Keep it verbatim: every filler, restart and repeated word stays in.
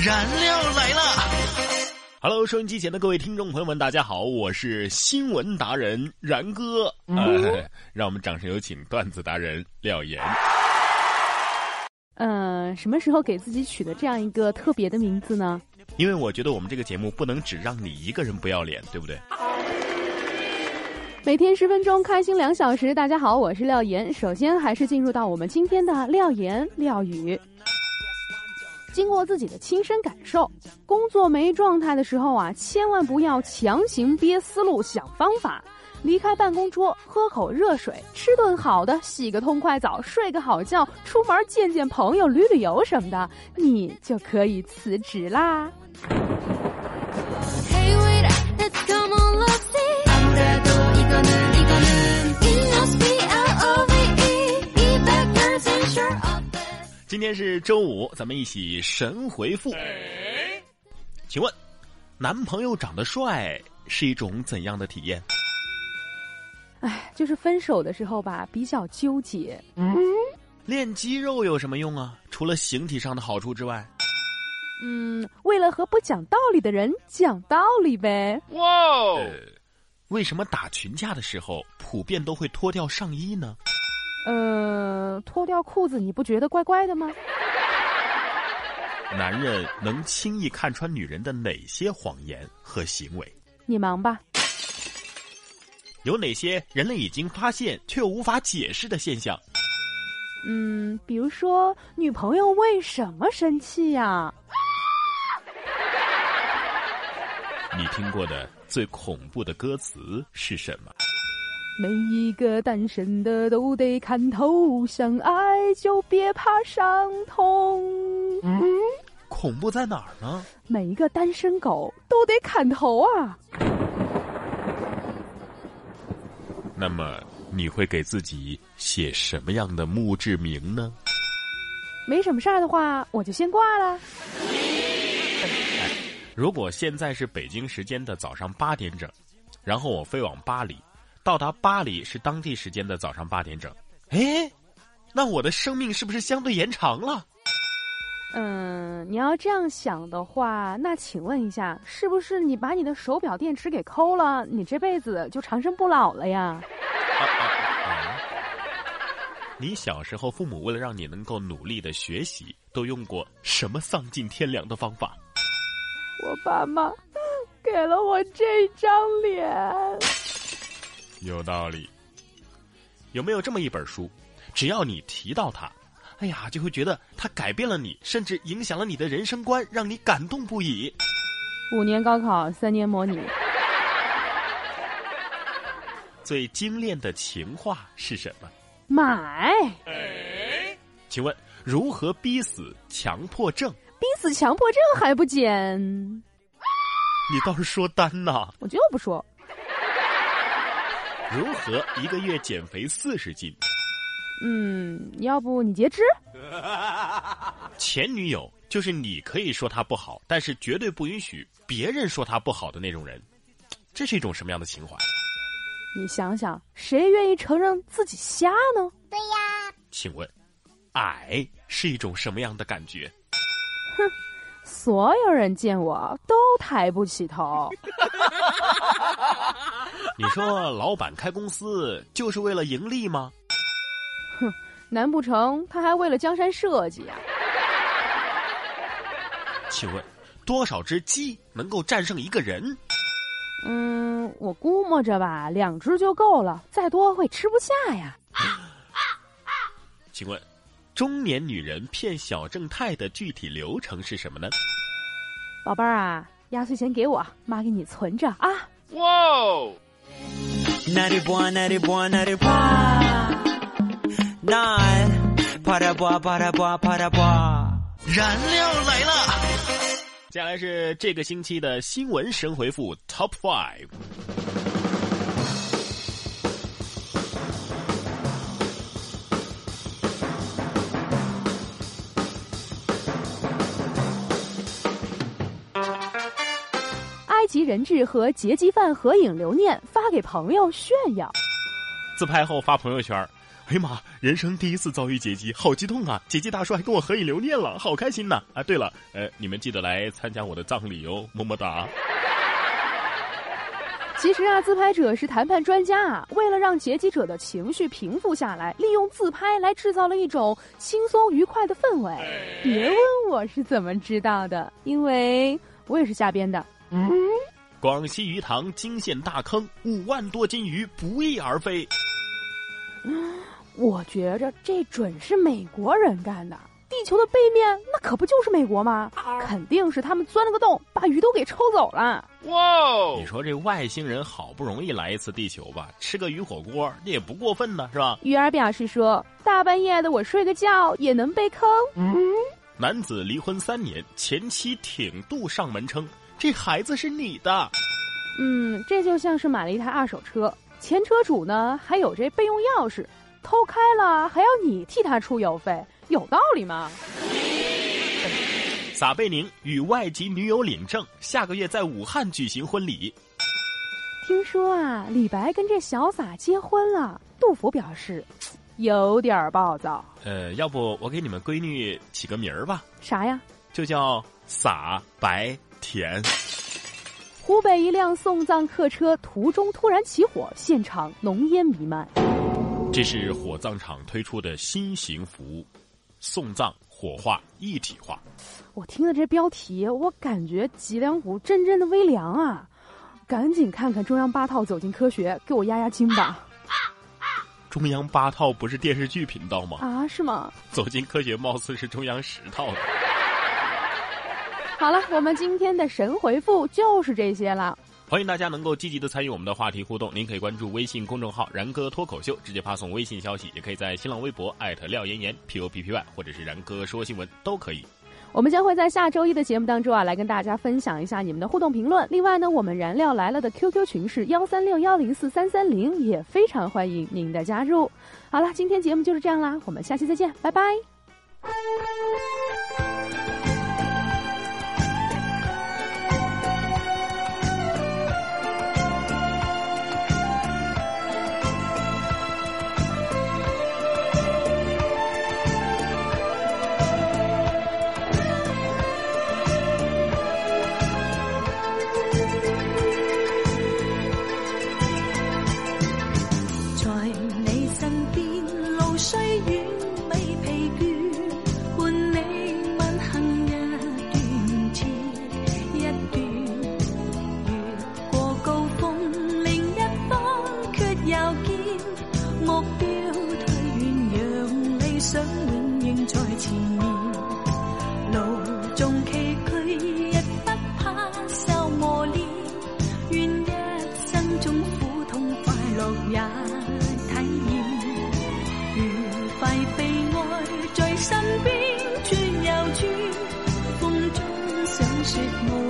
燃料来了 Hello， 收音机前的各位听众朋友们，大家好，我是新闻达人然哥。嗯、呃，让我们掌声有请段子达人廖岩。 嗯、呃，什么时候给自己取的这样一个特别的名字呢？ 因为我觉得我们这个节目不能只让你一个人不要脸，对不对？ 每天十分钟，开心两小时。大家好，我是廖岩。首先还是进入到我们今天的廖言廖语。经过自己的亲身感受，工作没状态的时候啊，千万不要强行憋思路想方法。离开办公桌，喝口热水，吃顿好的，洗个痛快澡，睡个好觉，出门见见朋友，旅旅游什么的，你就可以辞职啦。Hey, wait, let's come on, let's see. 아무래도 이거는 이거는 it must be L O V E. 이백 퍼센트 sure of it. 今天是周五，咱们一起神回复。请问，男朋友长得帅是一种怎样的体验？ 哎，就是分手的时候吧，比较纠结。 嗯，练肌肉有什么用啊？除了形体上的好处之外， 嗯，为了和不讲道理的人讲道理呗。 哇、呃，为什么打群架的时候普遍都会脱掉上衣呢？ 呃，脱掉裤子你不觉得怪怪的吗？ 男人能轻易看穿女人的哪些谎言和行为？ 你忙吧。 有哪些人类已经发现却又无法解释的现象？ 嗯，比如说女朋友为什么生气呀？ 你听过的最恐怖的歌词是什么？ 每一个单身的都得看透，相爱就别怕伤痛。 嗯，恐怖在哪儿呢？ 每一个单身狗都得砍头啊！ 那么你会给自己写什么样的墓志铭呢？ 没什么事儿的话，我就先挂了。 哎，如果现在是北京时间的早上八点整，然后我飞往巴黎，到达巴黎是当地时间的早上八点整，哎，那我的生命是不是相对延长了？ 嗯，你要这样想的话，那请问一下，是不是你把你的手表电池给抠了，你这辈子就长生不老了呀？啊啊啊！你小时候父母为了让你能够努力的学习，都用过什么丧尽天良的方法？ 我爸妈给了我这张脸。 有道理。有没有这么一本书，只要你提到它，哎呀，就会觉得它改变了你，甚至影响了你的人生观，让你感动不已。 五年高考，三年模拟。 最精炼的情话是什么？ 买。 哎，请问如何逼死强迫症？ 逼死强迫症还不简？ 你倒是说单呐！ 我就不说。 如何一个月减肥四十斤？ 嗯，要不你截肢？ 前女友就是你可以说她不好，但是绝对不允许别人说她不好的那种人，这是一种什么样的情怀？ 你想想，谁愿意承认自己瞎呢？ 对呀。 请问，矮是一种什么样的感觉？ 哼，所有人见我都抬不起头。 你说老板开公司就是为了盈利吗？ 哼，难不成他还为了江山社稷啊？ 请问，多少只鸡能够战胜一个人？ 嗯，我估摸着吧，两只就够了，再多会吃不下呀。 请问，中年女人骗小正太的具体流程是什么呢？ 宝贝儿啊，压岁钱给我，妈给你存着啊。 哇哦！ 哪里播哪里播哪里播，那啪嗒播啪嗒播啪嗒播，燃料来了！ 接下来是这个星期的新闻神回复 Top Five。 埃及人质和劫机犯合影留念，发给朋友炫耀。 自拍后发朋友圈， 哎呀妈，人生第一次遭遇劫机，好激动啊！劫机大叔还跟我合影留念了，好开心呐！啊，对了，呃，你们记得来参加我的葬礼哦，么么哒。 其实啊，自拍者是谈判专家啊，为了让劫机者的情绪平复下来，利用自拍来制造了一种轻松愉快的氛围。别问我是怎么知道的，因为我也是瞎编的。嗯， 广西鱼塘惊现大坑，五万多斤鱼不翼而飞。 我觉着这准是美国人干的。地球的背面那可不就是美国吗？肯定是他们钻了个洞，把鱼都给抽走了。 哇！你说这外星人好不容易来一次地球吧，吃个鱼火锅，这也不过分呢，是吧？ 鱼儿表示说，大半夜的我睡个觉也能被坑。嗯， 男子离婚三年，前妻挺肚上门称这孩子是你的。 嗯，这就像是买了一台二手车，前车主呢还有这备用钥匙，偷开了还要你替他出油费，有道理吗？ 撒贝宁与外籍女友领证，下个月在武汉举行婚礼。 听说啊，李白跟这小撒结婚了。杜甫表示，有点暴躁。 呃，要不我给你们闺女起个名儿吧？ 啥呀？ 就叫撒白甜。 湖北一辆送葬客车途中突然起火，现场浓烟弥漫。 这是火葬场推出的新型服务，送葬火化一体化。 我听了这标题，我感觉脊梁骨阵阵的微凉啊！赶紧看看中央八套走进科学，给我压压惊吧。 中央八套不是电视剧频道吗？ 啊，是吗？ 走进科学貌似是中央十套的。 好了，我们今天的神回复就是这些了。 欢迎大家能够积极的参与我们的话题互动，您可以关注微信公众号然哥脱口秀，直接发送微信消息，也可以在新浪微博艾特廖妍妍 P O P P Y 或者是然哥说新闻都可以。 我们将会在下周一的节目当中啊，来跟大家分享一下你们的互动评论。另外呢，我们燃料来了的 Q Q 群是幺三六幺零四三三零，也非常欢迎您的加入。好了，今天节目就是这样啦，我们下期再见，拜拜。 身邊轉又轉，風中想說我